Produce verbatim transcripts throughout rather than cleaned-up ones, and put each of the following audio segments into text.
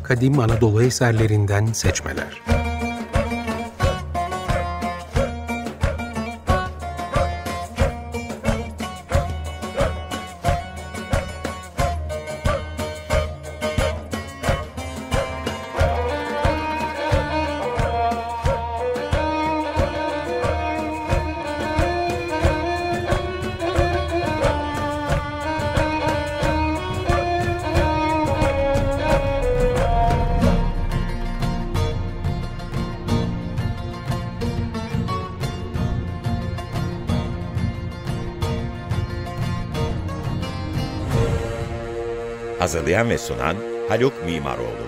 kadim Anadolu eserlerinden seçmeler. Hazırlayan ve sunan Haluk Mimaroğlu.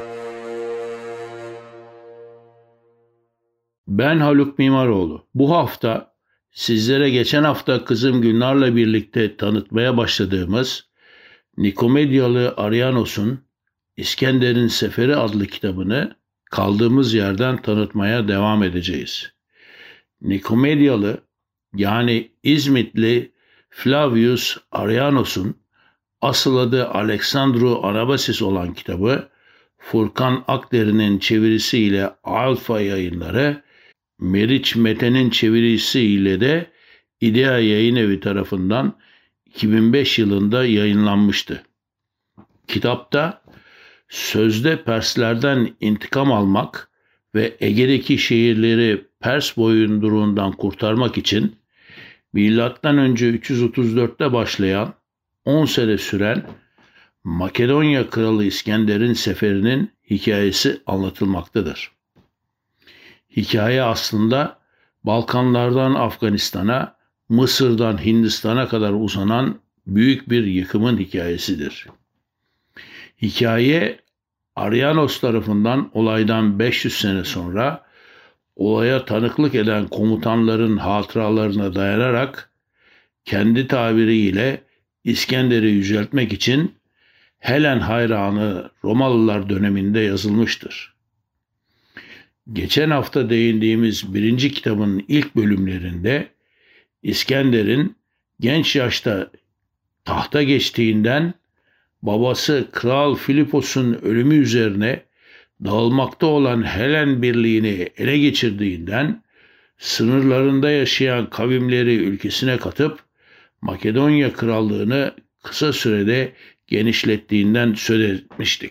Ben Haluk Mimaroğlu. Bu hafta sizlere geçen hafta kızım Gülnar'la birlikte tanıtmaya başladığımız Nikomedyalı Arianos'un İskender'in Seferi adlı kitabını kaldığımız yerden tanıtmaya devam edeceğiz. Nikomedyalı yani İzmitli Flavius Arianos'un asıl adı Alexandru Anabasis olan kitabı Furkan Akderi'nin çevirisiyle Alfa Yayınları, Meriç Mete'nin çevirisiyle de İdea Yayınevi tarafından iki bin beş yılında yayınlanmıştı. Kitapta sözde Perslerden intikam almak ve Ege'deki şehirleri Pers boyunduruğundan kurtarmak için milattan önce üç yüz otuz dörtte başlayan on sene süren Makedonya Kralı İskender'in seferinin hikayesi anlatılmaktadır. Hikaye aslında Balkanlardan Afganistan'a, Mısır'dan Hindistan'a kadar uzanan büyük bir yıkımın hikayesidir. Hikaye Arianos tarafından olaydan beş yüz sene sonra olaya tanıklık eden komutanların hatıralarına dayanarak kendi tabiriyle İskender'i yüceltmek için Helen hayranı Romalılar döneminde yazılmıştır. Geçen hafta değindiğimiz birinci kitabın ilk bölümlerinde İskender'in genç yaşta tahta geçtiğinden babası Kral Filipos'un ölümü üzerine dağılmakta olan Helen birliğini ele geçirdiğinden sınırlarında yaşayan kavimleri ülkesine katıp Makedonya Krallığını kısa sürede genişlettiğinden söz etmiştik.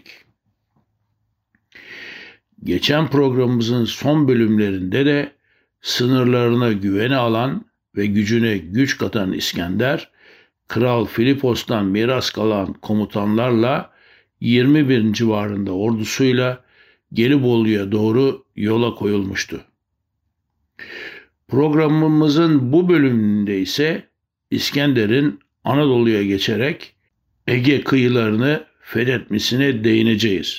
Geçen programımızın son bölümlerinde de sınırlarına güvene alan ve gücüne güç katan İskender, Kral Filipos'tan miras kalan komutanlarla yirmi bin civarında ordusuyla Gelibolu'ya doğru yola koyulmuştu. Programımızın bu bölümünde ise İskender'in Anadolu'ya geçerek Ege kıyılarını fethetmesine değineceğiz.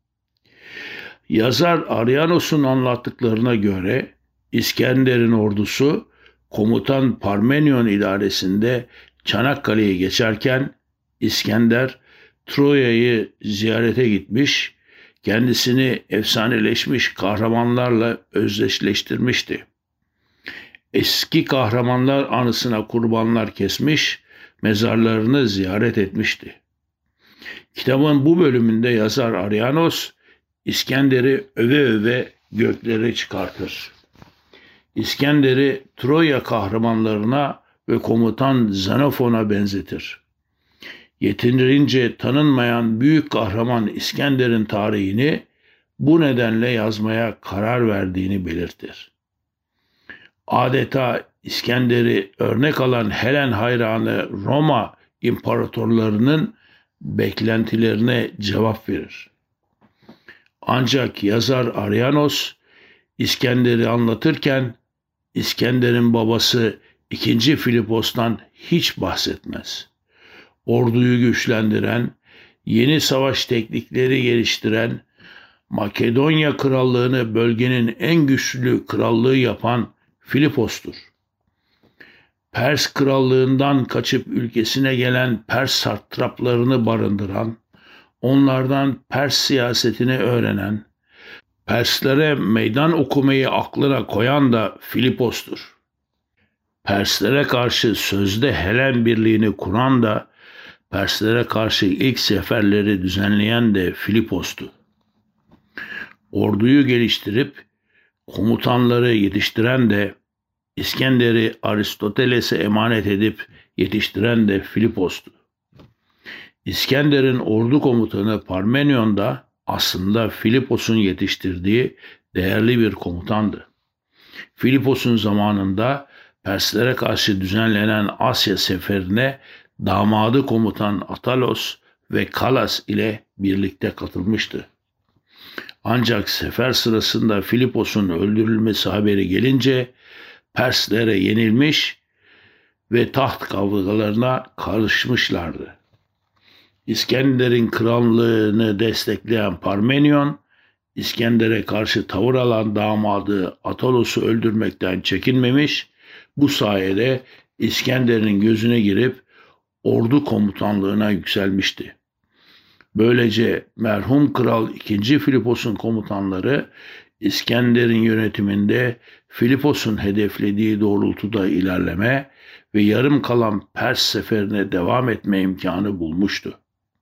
Yazar Arianos'un anlattıklarına göre İskender'in ordusu komutan Parmenion idaresinde Çanakkale'ye geçerken İskender Troya'yı ziyarete gitmiş, kendisini efsaneleşmiş kahramanlarla özdeşleştirmişti. Eski kahramanlar anısına kurbanlar kesmiş, mezarlarını ziyaret etmişti. Kitabın bu bölümünde yazar Arianos, İskender'i öve öve göklere çıkartır. İskender'i Troya kahramanlarına ve komutan Xenofon'a benzetir. Yeterince tanınmayan büyük kahraman İskender'in tarihini bu nedenle yazmaya karar verdiğini belirtir. Adeta İskender'i örnek alan Helen hayranı Roma imparatorlarının beklentilerine cevap verir. Ancak yazar Arianos İskender'i anlatırken İskender'in babası ikinci. Filipos'tan hiç bahsetmez. Orduyu güçlendiren, yeni savaş teknikleri geliştiren, Makedonya krallığını bölgenin en güçlü krallığı yapan Filipos'tur. Pers krallığından kaçıp ülkesine gelen Pers satraplarını barındıran, onlardan Pers siyasetini öğrenen, Perslere meydan okumayı aklına koyan da Filipos'tur. Perslere karşı sözde Helen birliğini kuran da Perslere karşı ilk seferleri düzenleyen de Filipos'tu. orduyu geliştirip komutanları yetiştiren de, İskender'i Aristoteles'e emanet edip yetiştiren de Filipos'tu. İskender'in ordu komutanı Parmenion da aslında Filipos'un yetiştirdiği değerli bir komutandı. Filipos'un zamanında Perslere karşı düzenlenen Asya seferine damadı komutan Atalos ve Kalas ile birlikte katılmıştı. Ancak sefer sırasında Filipos'un öldürülmesi haberi gelince Perslere yenilmiş ve taht kavgalarına karışmışlardı. İskender'in krallığını destekleyen Parmenion, İskender'e karşı tavır alan damadı Atalos'u öldürmekten çekinmemiş, bu sayede İskender'in gözüne girip ordu komutanlığına yükselmişti. Böylece merhum kral ikinci. Filipos'un komutanları İskender'in yönetiminde Filipos'un hedeflediği doğrultuda ilerleme ve yarım kalan Pers seferine devam etme imkanı bulmuştu.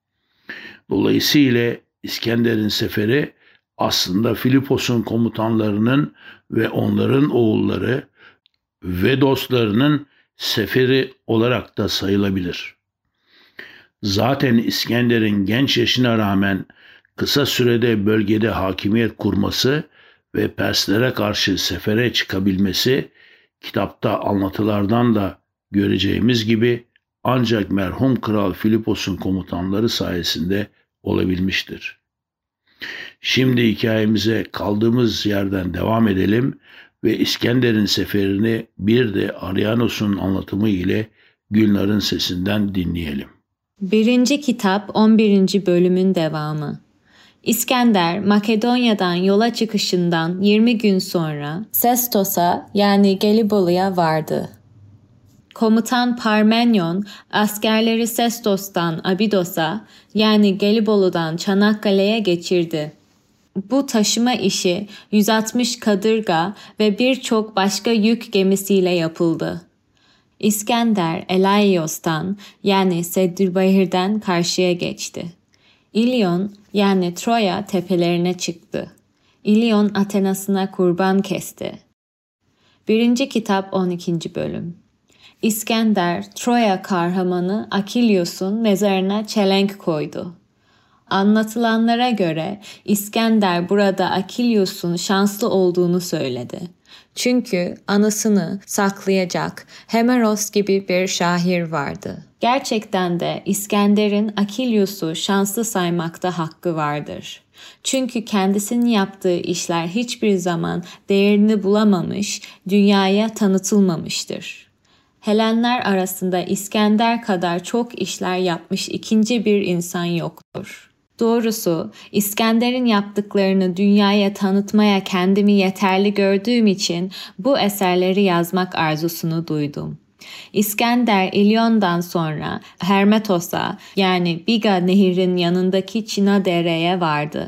Dolayısıyla İskender'in seferi aslında Filipos'un komutanlarının ve onların oğulları ve dostlarının seferi olarak da sayılabilir. Zaten İskender'in genç yaşına rağmen kısa sürede bölgede hakimiyet kurması ve Perslere karşı sefere çıkabilmesi kitapta anlatılardan da göreceğimiz gibi ancak merhum Kral Filipos'un komutanları sayesinde olabilmiştir. Şimdi hikayemize kaldığımız yerden devam edelim ve İskender'in seferini bir de Arianos'un anlatımı ile Gülnar'ın sesinden dinleyelim. Birinci kitap on birinci bölümün devamı. İskender Makedonya'dan yola çıkışından yirmi gün sonra Sestos'a yani Gelibolu'ya vardı. Komutan Parmenion askerleri Sestos'tan Abidos'a yani Gelibolu'dan Çanakkale'ye geçirdi. Bu taşıma işi yüz altmış kadırga ve birçok başka yük gemisiyle yapıldı. İskender Elaios'tan yani Seddülbahir'den karşıya geçti. İlyon yani Troya tepelerine çıktı. İlyon Athena'sına kurban kesti. Birinci kitap on ikinci bölüm. İskender Troya kahramanı Akilios'un mezarına çelenk koydu. Anlatılanlara göre İskender burada Akilios'un şanslı olduğunu söyledi. Çünkü anısını saklayacak Hemeros gibi bir şair vardı. Gerçekten de İskender'in Akilios'u şanslı saymakta hakkı vardır. Çünkü kendisinin yaptığı işler hiçbir zaman değerini bulamamış, dünyaya tanıtılmamıştır. Helenler arasında İskender kadar çok işler yapmış ikinci bir insan yoktur. Doğrusu İskender'in yaptıklarını dünyaya tanıtmaya kendimi yeterli gördüğüm için bu eserleri yazmak arzusunu duydum. İskender İlyon'dan sonra Hermetos'a yani Biga Nehri'nin yanındaki Çinadere'ye vardı.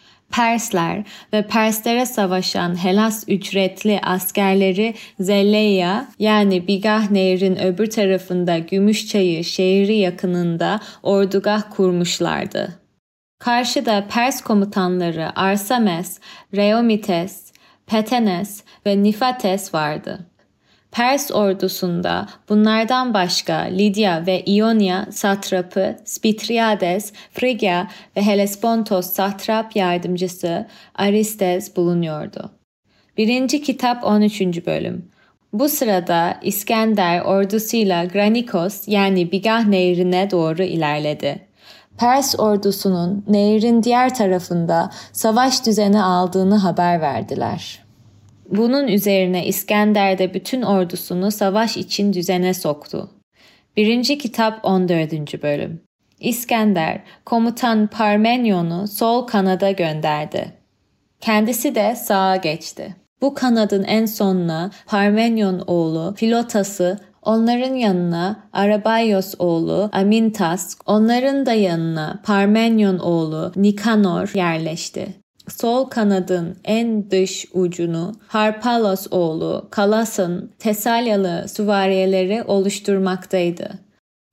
Persler ve Perslere savaşan Hellas ücretli askerleri Zelleia yani Bigah Nehri'nin öbür tarafında Gümüşçayı şehri yakınında ordugah kurmuşlardı. Karşıda Pers komutanları Arsames, Reomites, Petenes ve Nifates vardı. Pers ordusunda bunlardan başka Lidya ve İonya satrapı Spitriades, Frigya ve Hellespontos satrap yardımcısı Aristes bulunuyordu. Birinci kitap on üçüncü bölüm. Bu sırada İskender ordusuyla Granikos yani Bigah Nehri'ne doğru ilerledi. Pers ordusunun nehrin diğer tarafında savaş düzeni aldığını haber verdiler. Bunun üzerine İskender de bütün ordusunu savaş için düzene soktu. Birinci kitap on dördüncü bölüm. İskender, komutan Parmenion'u sol kanada gönderdi. Kendisi de sağa geçti. Bu kanadın en sonuna Parmenion oğlu Filotas'ı, onların yanına Arabaios oğlu Amintas, onların da yanına Parmenion oğlu Nikanor yerleşti. Sol kanadın en dış ucunu Harpalos oğlu Kalas'ın Tesalyalı süvariyeleri oluşturmaktaydı.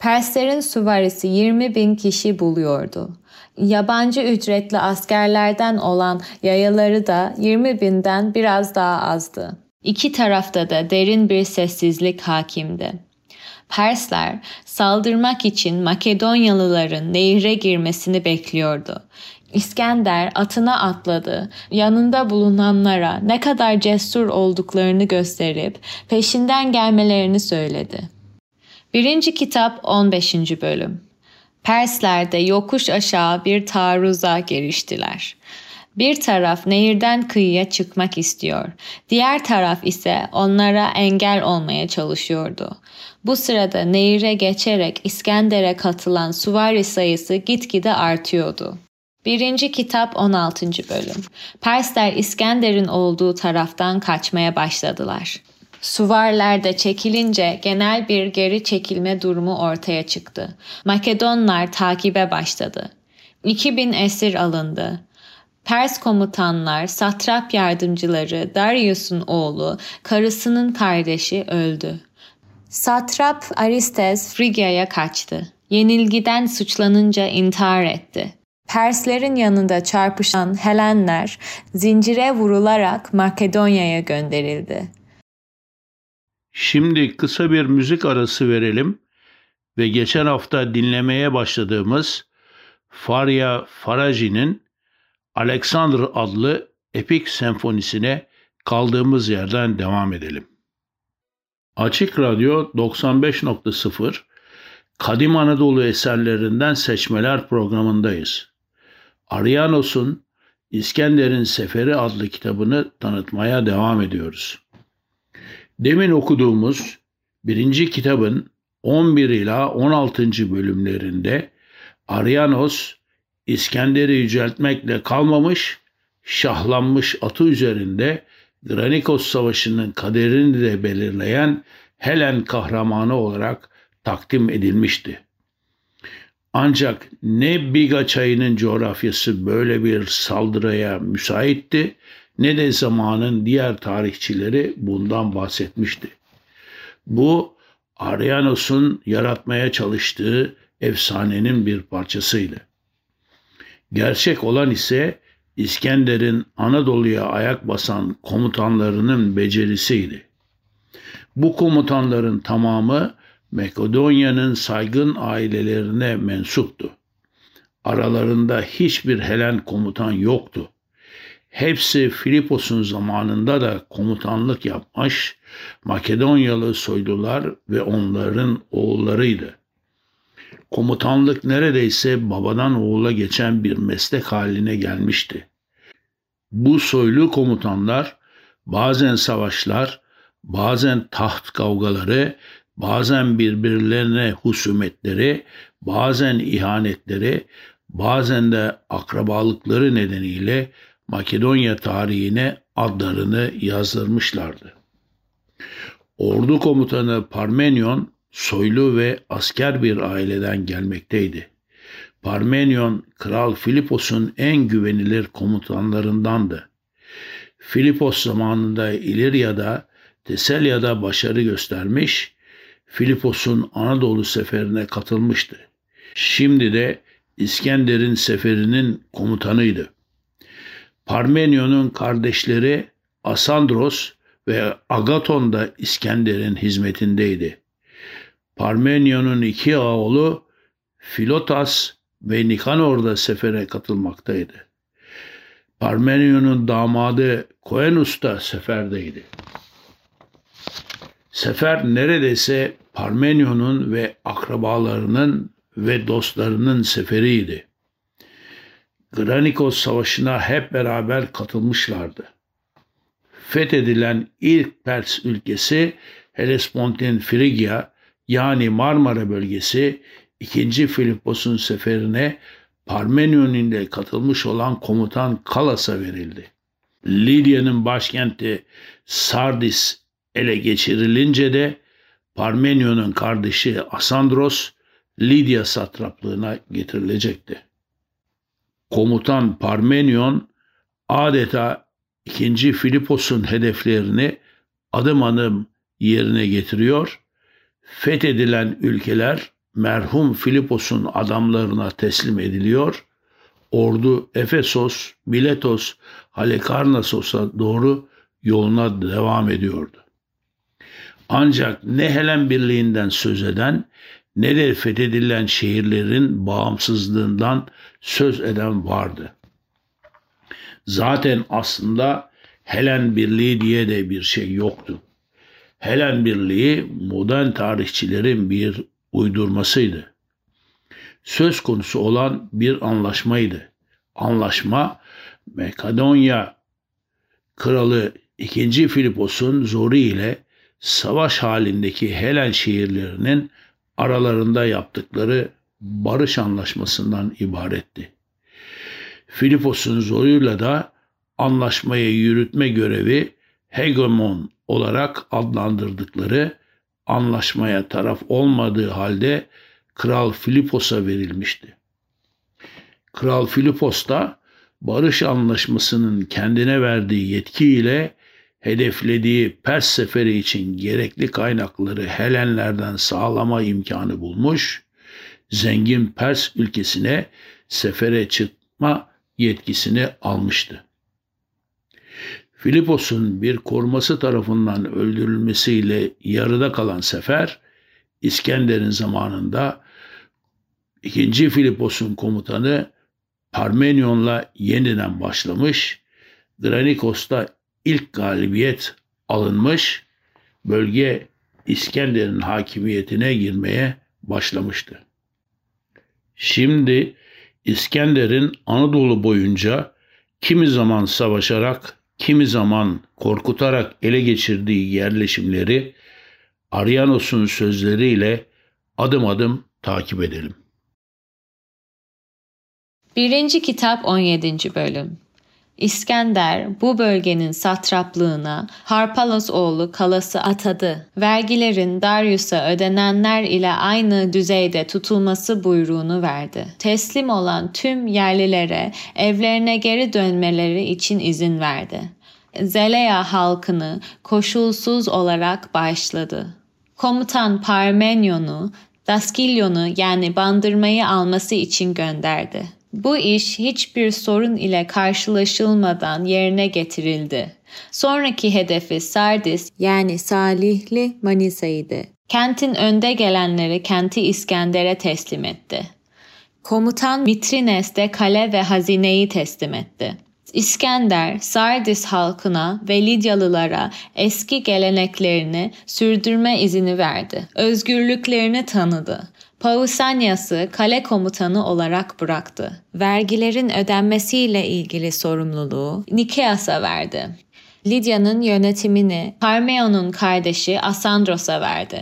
Perslerin süvarisi yirmi bin kişi buluyordu. Yabancı ücretli askerlerden olan yayaları da yirmi binden biraz daha azdı. İki tarafta da derin bir sessizlik hakimdi. Persler saldırmak için Makedonyalıların nehre girmesini bekliyordu. İskender atına atladı, yanında bulunanlara ne kadar cesur olduklarını gösterip peşinden gelmelerini söyledi. Birinci kitap on beşinci bölüm. Persler de yokuş aşağı bir taarruza giriştiler. Bir taraf nehirden kıyıya çıkmak istiyor, diğer taraf ise onlara engel olmaya çalışıyordu. Bu sırada nehire geçerek İskender'e katılan süvari sayısı gitgide artıyordu. Birinci kitap on altıncı bölüm. Persler İskender'in olduğu taraftan kaçmaya başladılar. Süvariler de çekilince genel bir geri çekilme durumu ortaya çıktı. Makedonlar takibe başladı. iki bin esir alındı. Pers komutanlar, satrap yardımcıları, Darius'un oğlu, karısının kardeşi öldü. Satrap Aristes Frigya'ya kaçtı. Yenilgiden suçlanınca intihar etti. Perslerin yanında çarpışan Helenler zincire vurularak Makedonya'ya gönderildi. Şimdi kısa bir müzik arası verelim ve geçen hafta dinlemeye başladığımız Faria Faraji'nin Alexander adlı epik senfonisine kaldığımız yerden devam edelim. Açık Radyo doksan beş nokta sıfır Kadim Anadolu eserlerinden seçmeler programındayız. Arianos'un İskender'in Seferi adlı kitabını tanıtmaya devam ediyoruz. Demin okuduğumuz birinci kitabın on bir ila on altıncı bölümlerinde Arianos İskender'i yüceltmekle kalmamış, şahlanmış atı üzerinde Granikos Savaşı'nın kaderini de belirleyen Helen kahramanı olarak takdim edilmişti. Ancak ne Biga çayının coğrafyası böyle bir saldırıya müsaitti, ne de zamanın diğer tarihçileri bundan bahsetmişti. Bu, Arianos'un yaratmaya çalıştığı efsanenin bir parçasıydı. Gerçek olan ise İskender'in Anadolu'ya ayak basan komutanlarının becerisiydi. Bu komutanların tamamı Makedonya'nın saygın ailelerine mensuptu. Aralarında hiçbir Helen komutan yoktu. Hepsi Filipos'un zamanında da komutanlık yapmış Makedonyalı soylular ve onların oğullarıydı. Komutanlık neredeyse babadan oğula geçen bir meslek haline gelmişti. Bu soylu komutanlar bazen savaşlar, bazen taht kavgaları, bazen birbirlerine husumetleri, bazen ihanetleri, bazen de akrabalıkları nedeniyle Makedonya tarihine adlarını yazdırmışlardı. Ordu komutanı Parmenion soylu ve asker bir aileden gelmekteydi. Parmenion, Kral Filipos'un en güvenilir komutanlarındandı. Filipos zamanında İlirya'da, Teselya'da başarı göstermiş, Filipos'un Anadolu seferine katılmıştı. Şimdi de İskender'in seferinin komutanıydı. Parmenion'un kardeşleri Asandros ve Agaton da İskender'in hizmetindeydi. Parmenion'un iki oğlu Filotas ve Nikanor da sefere katılmaktaydı. Parmenion'un damadı Koenus da seferdeydi. Sefer neredeyse Parmenion'un ve akrabalarının ve dostlarının seferiydi. Granikos Savaşı'na hep beraber katılmışlardı. Fethedilen ilk Pers ülkesi Hellespont'un Frigya yani Marmara bölgesi ikinci Filipos'un seferine Parmenion ile katılmış olan komutan Kalas'a verildi. Lidya'nın başkenti Sardis ele geçirilince de Parmenion'un kardeşi Asandros Lidya satraplığına getirilecekti. Komutan Parmenion adeta ikinci Filipos'un hedeflerini adım adım yerine getiriyor, fethedilen ülkeler merhum Filipos'un adamlarına teslim ediliyor. Ordu Efesos, Miletos, Halikarnassos'a doğru yoluna devam ediyordu. Ancak ne Helen Birliği'nden söz eden ne de fethedilen şehirlerin bağımsızlığından söz eden vardı. Zaten aslında Helen Birliği diye de bir şey yoktu. Helen Birliği modern tarihçilerin bir uydurmasıydı. Söz konusu olan bir anlaşmaydı. Anlaşma Makedonya Kralı ikinci. Filipos'un zoru ile savaş halindeki Helen şehirlerinin aralarında yaptıkları barış anlaşmasından ibaretti. Filipos'un zoruyla da anlaşmayı yürütme görevi hegemon olarak adlandırdıkları anlaşmaya taraf olmadığı halde Kral Filipos'a verilmişti. Kral Filipos da barış anlaşmasının kendine verdiği yetkiyle hedeflediği Pers seferi için gerekli kaynakları Helenlerden sağlama imkanı bulmuş, zengin Pers ülkesine sefere çıkma yetkisini almıştı. Filipos'un bir koruması tarafından öldürülmesiyle yarıda kalan sefer, İskender'in zamanında ikinci. Filipos'un komutanı Parmenion'la yeniden başlamış, Granikos'ta ilk galibiyet alınmış, bölge İskender'in hakimiyetine girmeye başlamıştı. Şimdi İskender'in Anadolu boyunca kimi zaman savaşarak, kimi zaman korkutarak ele geçirdiği yerleşimleri Arianos'un sözleriyle adım adım takip edelim. Birinci Kitap on yedinci. Bölüm. İskender bu bölgenin satraplığına Harpalos oğlu Kalas'ı atadı. Vergilerin Darius'a ödenenler ile aynı düzeyde tutulması buyruğunu verdi. Teslim olan tüm yerlilere evlerine geri dönmeleri için izin verdi. Zeleya halkını koşulsuz olarak bağışladı. Komutan Parmenion'u Daskilyon'u yani bandırmayı alması için gönderdi. Bu iş hiçbir sorun ile karşılaşılmadan yerine getirildi. Sonraki hedefi Sardis yani Salihli Manisa'ydı. Kentin önde gelenleri kenti İskender'e teslim etti. Komutan Mitrines de kale ve hazineyi teslim etti. İskender, Sardis halkına ve Lidyalılara eski geleneklerini sürdürme izni verdi. Özgürlüklerini tanıdı. Pausanias'ı kale komutanı olarak bıraktı. Vergilerin ödenmesiyle ilgili sorumluluğu Nikeas'a verdi. Lidya'nın yönetimini Parmenion'un kardeşi Asandros'a verdi.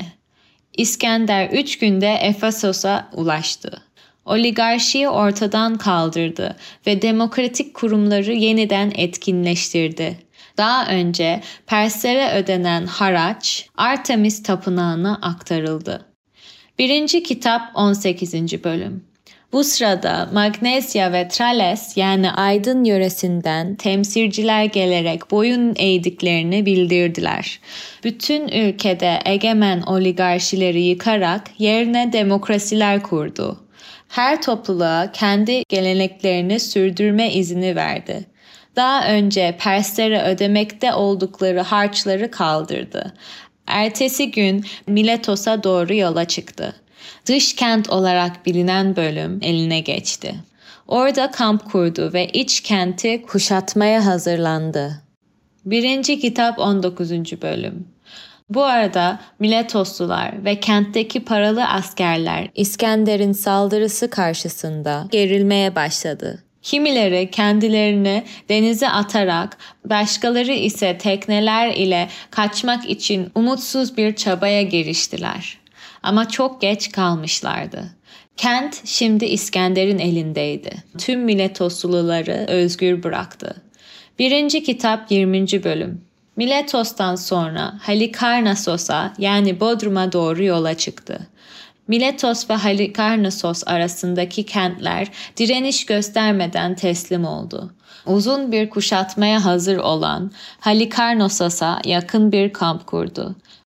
İskender üç günde Efesos'a ulaştı. Oligarşiyi ortadan kaldırdı ve demokratik kurumları yeniden etkinleştirdi. Daha önce Perslere ödenen haraç Artemis tapınağına aktarıldı. Birinci Kitap on sekizinci. Bölüm. Bu sırada Magnesia ve Trales yani Aydın yöresinden temsilciler gelerek boyun eğdiklerini bildirdiler. Bütün ülkede egemen oligarşileri yıkarak yerine demokrasiler kurdu. Her topluluğa kendi geleneklerini sürdürme izni verdi. Daha önce Perslere ödemekte oldukları harçları kaldırdı. Ertesi gün Miletos'a doğru yola çıktı. Dış kent olarak bilinen bölüm eline geçti. Orada kamp kurdu ve iç kenti kuşatmaya hazırlandı. Birinci Kitap on dokuzuncu. Bölüm. Bu arada Miletoslular ve kentteki paralı askerler İskender'in saldırısı karşısında gerilmeye başladı. Kimileri kendilerini denize atarak, başkaları ise tekneler ile kaçmak için umutsuz bir çabaya giriştiler. Ama çok geç kalmışlardı. Kent şimdi İskender'in elindeydi. Tüm Miletosluları özgür bıraktı. Birinci Kitap yirminci. Bölüm. Miletos'tan sonra Halikarnassos'a yani Bodrum'a doğru yola çıktı. Miletos ve Halikarnassos arasındaki kentler direniş göstermeden teslim oldu. Uzun bir kuşatmaya hazır olan Halikarnassos'a yakın bir kamp kurdu.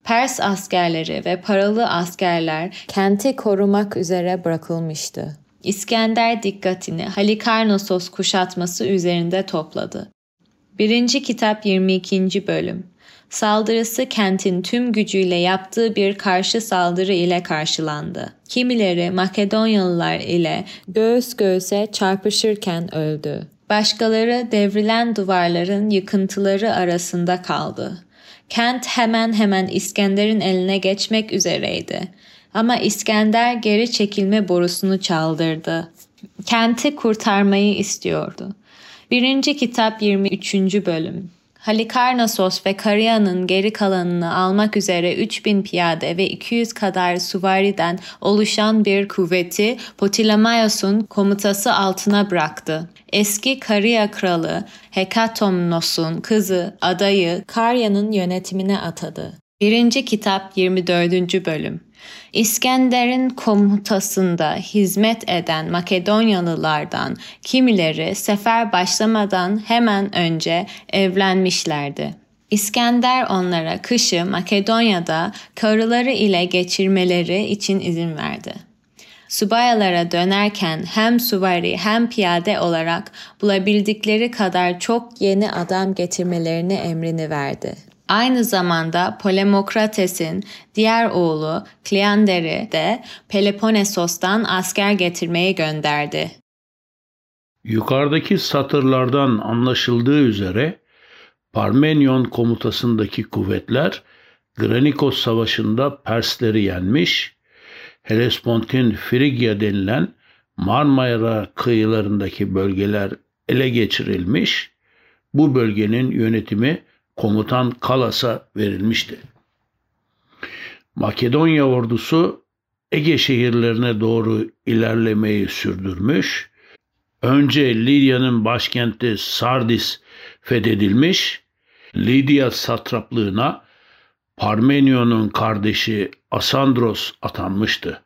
Pers askerleri ve paralı askerler kenti korumak üzere bırakılmıştı. İskender dikkatini Halikarnassos kuşatması üzerinde topladı. birinci Kitap yirmi ikinci Bölüm. Saldırısı kentin tüm gücüyle yaptığı bir karşı saldırı ile karşılandı. Kimileri Makedonyalılar ile göğüs göğüse çarpışırken öldü. Başkaları devrilen duvarların yıkıntıları arasında kaldı. Kent hemen hemen İskender'in eline geçmek üzereydi. Ama İskender geri çekilme borusunu çaldırdı. Kenti kurtarmayı istiyordu. birinci Kitap yirmi üçüncü Bölüm. Halikarnassos ve Karya'nın geri kalanını almak üzere üç bin piyade ve iki yüz kadar süvariden oluşan bir kuvveti Ptolemaios'un komutası altına bıraktı. Eski Karya kralı Hekatomnos'un kızı adayı Karya'nın yönetimine atadı. birinci Kitap yirmi dördüncü Bölüm. İskender'in komutasında hizmet eden Makedonyalılardan kimileri sefer başlamadan hemen önce evlenmişlerdi. İskender onlara kışı Makedonya'da karıları ile geçirmeleri için izin verdi. Subaylara dönerken hem suvari hem piyade olarak bulabildikleri kadar çok yeni adam getirmelerine emrini verdi. Aynı zamanda Polemokrates'in diğer oğlu Kleander'i de Peloponnesos'tan asker getirmeye gönderdi. Yukarıdaki satırlardan anlaşıldığı üzere Parmenyon komutasındaki kuvvetler Granikos Savaşı'nda Persleri yenmiş, Helespont'un Frigya denilen Marmara kıyılarındaki bölgeler ele geçirilmiş, bu bölgenin yönetimi komutan Kalas'a verilmişti. Makedonya ordusu Ege şehirlerine doğru ilerlemeyi sürdürmüş. Önce Lidya'nın başkenti Sardis fethedilmiş. Lidya satraplığına Parmenion'un kardeşi Asandros atanmıştı.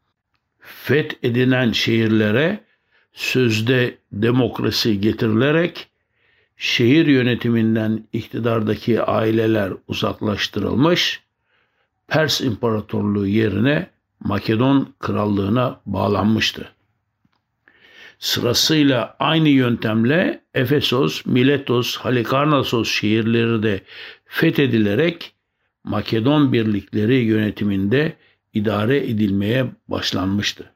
Fethedilen şehirlere sözde demokrasi getirilerek şehir yönetiminden iktidardaki aileler uzaklaştırılmış, Pers İmparatorluğu yerine Makedon Krallığına bağlanmıştı. Sırasıyla aynı yöntemle Efesos, Miletos, Halikarnassos şehirleri de fethedilerek Makedon birlikleri yönetiminde idare edilmeye başlanmıştı.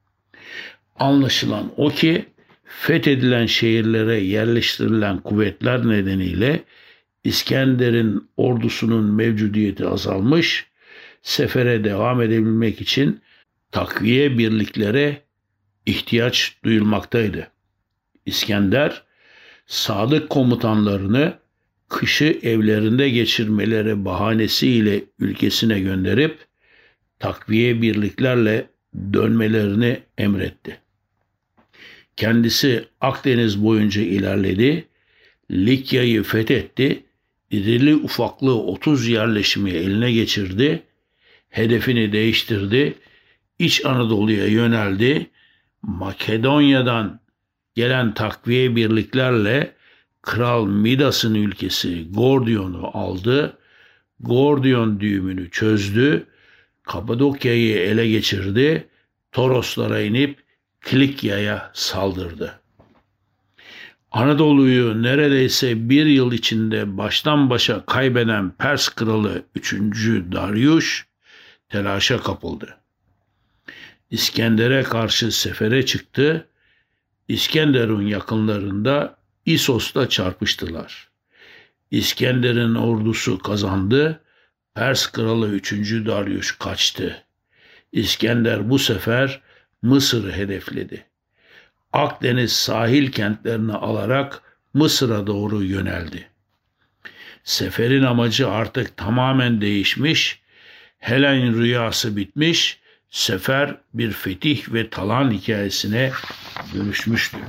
Anlaşılan o ki fethedilen şehirlere yerleştirilen kuvvetler nedeniyle İskender'in ordusunun mevcudiyeti azalmış, sefere devam edebilmek için takviye birliklere ihtiyaç duyulmaktaydı. İskender, sadık komutanlarını kışı evlerinde geçirmeleri bahanesiyle ülkesine gönderip takviye birliklerle dönmelerini emretti. Kendisi Akdeniz boyunca ilerledi, Likya'yı fethetti, irili ufaklı otuz yerleşimi eline geçirdi, hedefini değiştirdi, İç Anadolu'ya yöneldi, Makedonya'dan gelen takviye birliklerle Kral Midas'ın ülkesi Gordion'u aldı, Gordion düğümünü çözdü, Kapadokya'yı ele geçirdi, Toroslara inip Kilikya'ya saldırdı. Anadolu'yu neredeyse bir yıl içinde baştan başa kaybeden Pers kralı üçüncü Darius telaşa kapıldı. İskender'e karşı sefere çıktı. İskenderun yakınlarında İssos'ta çarpıştılar. İskender'in ordusu kazandı. Pers kralı üçüncü Darius kaçtı. İskender bu sefer Mısır'ı hedefledi. Akdeniz sahil kentlerini alarak Mısır'a doğru yöneldi. Seferin amacı artık tamamen değişmiş, Helen rüyası bitmiş, sefer bir fetih ve talan hikayesine dönüşmüştü.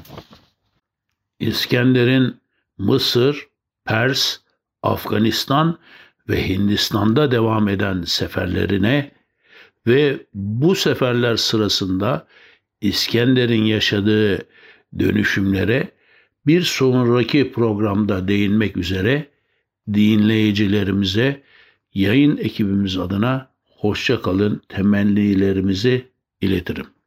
İskender'in Mısır, Pers, Afganistan ve Hindistan'da devam eden seferlerine ve bu seferler sırasında İskender'in yaşadığı dönüşümlere bir sonraki programda değinmek üzere dinleyicilerimize yayın ekibimiz adına hoşça kalın temennilerimizi iletirim.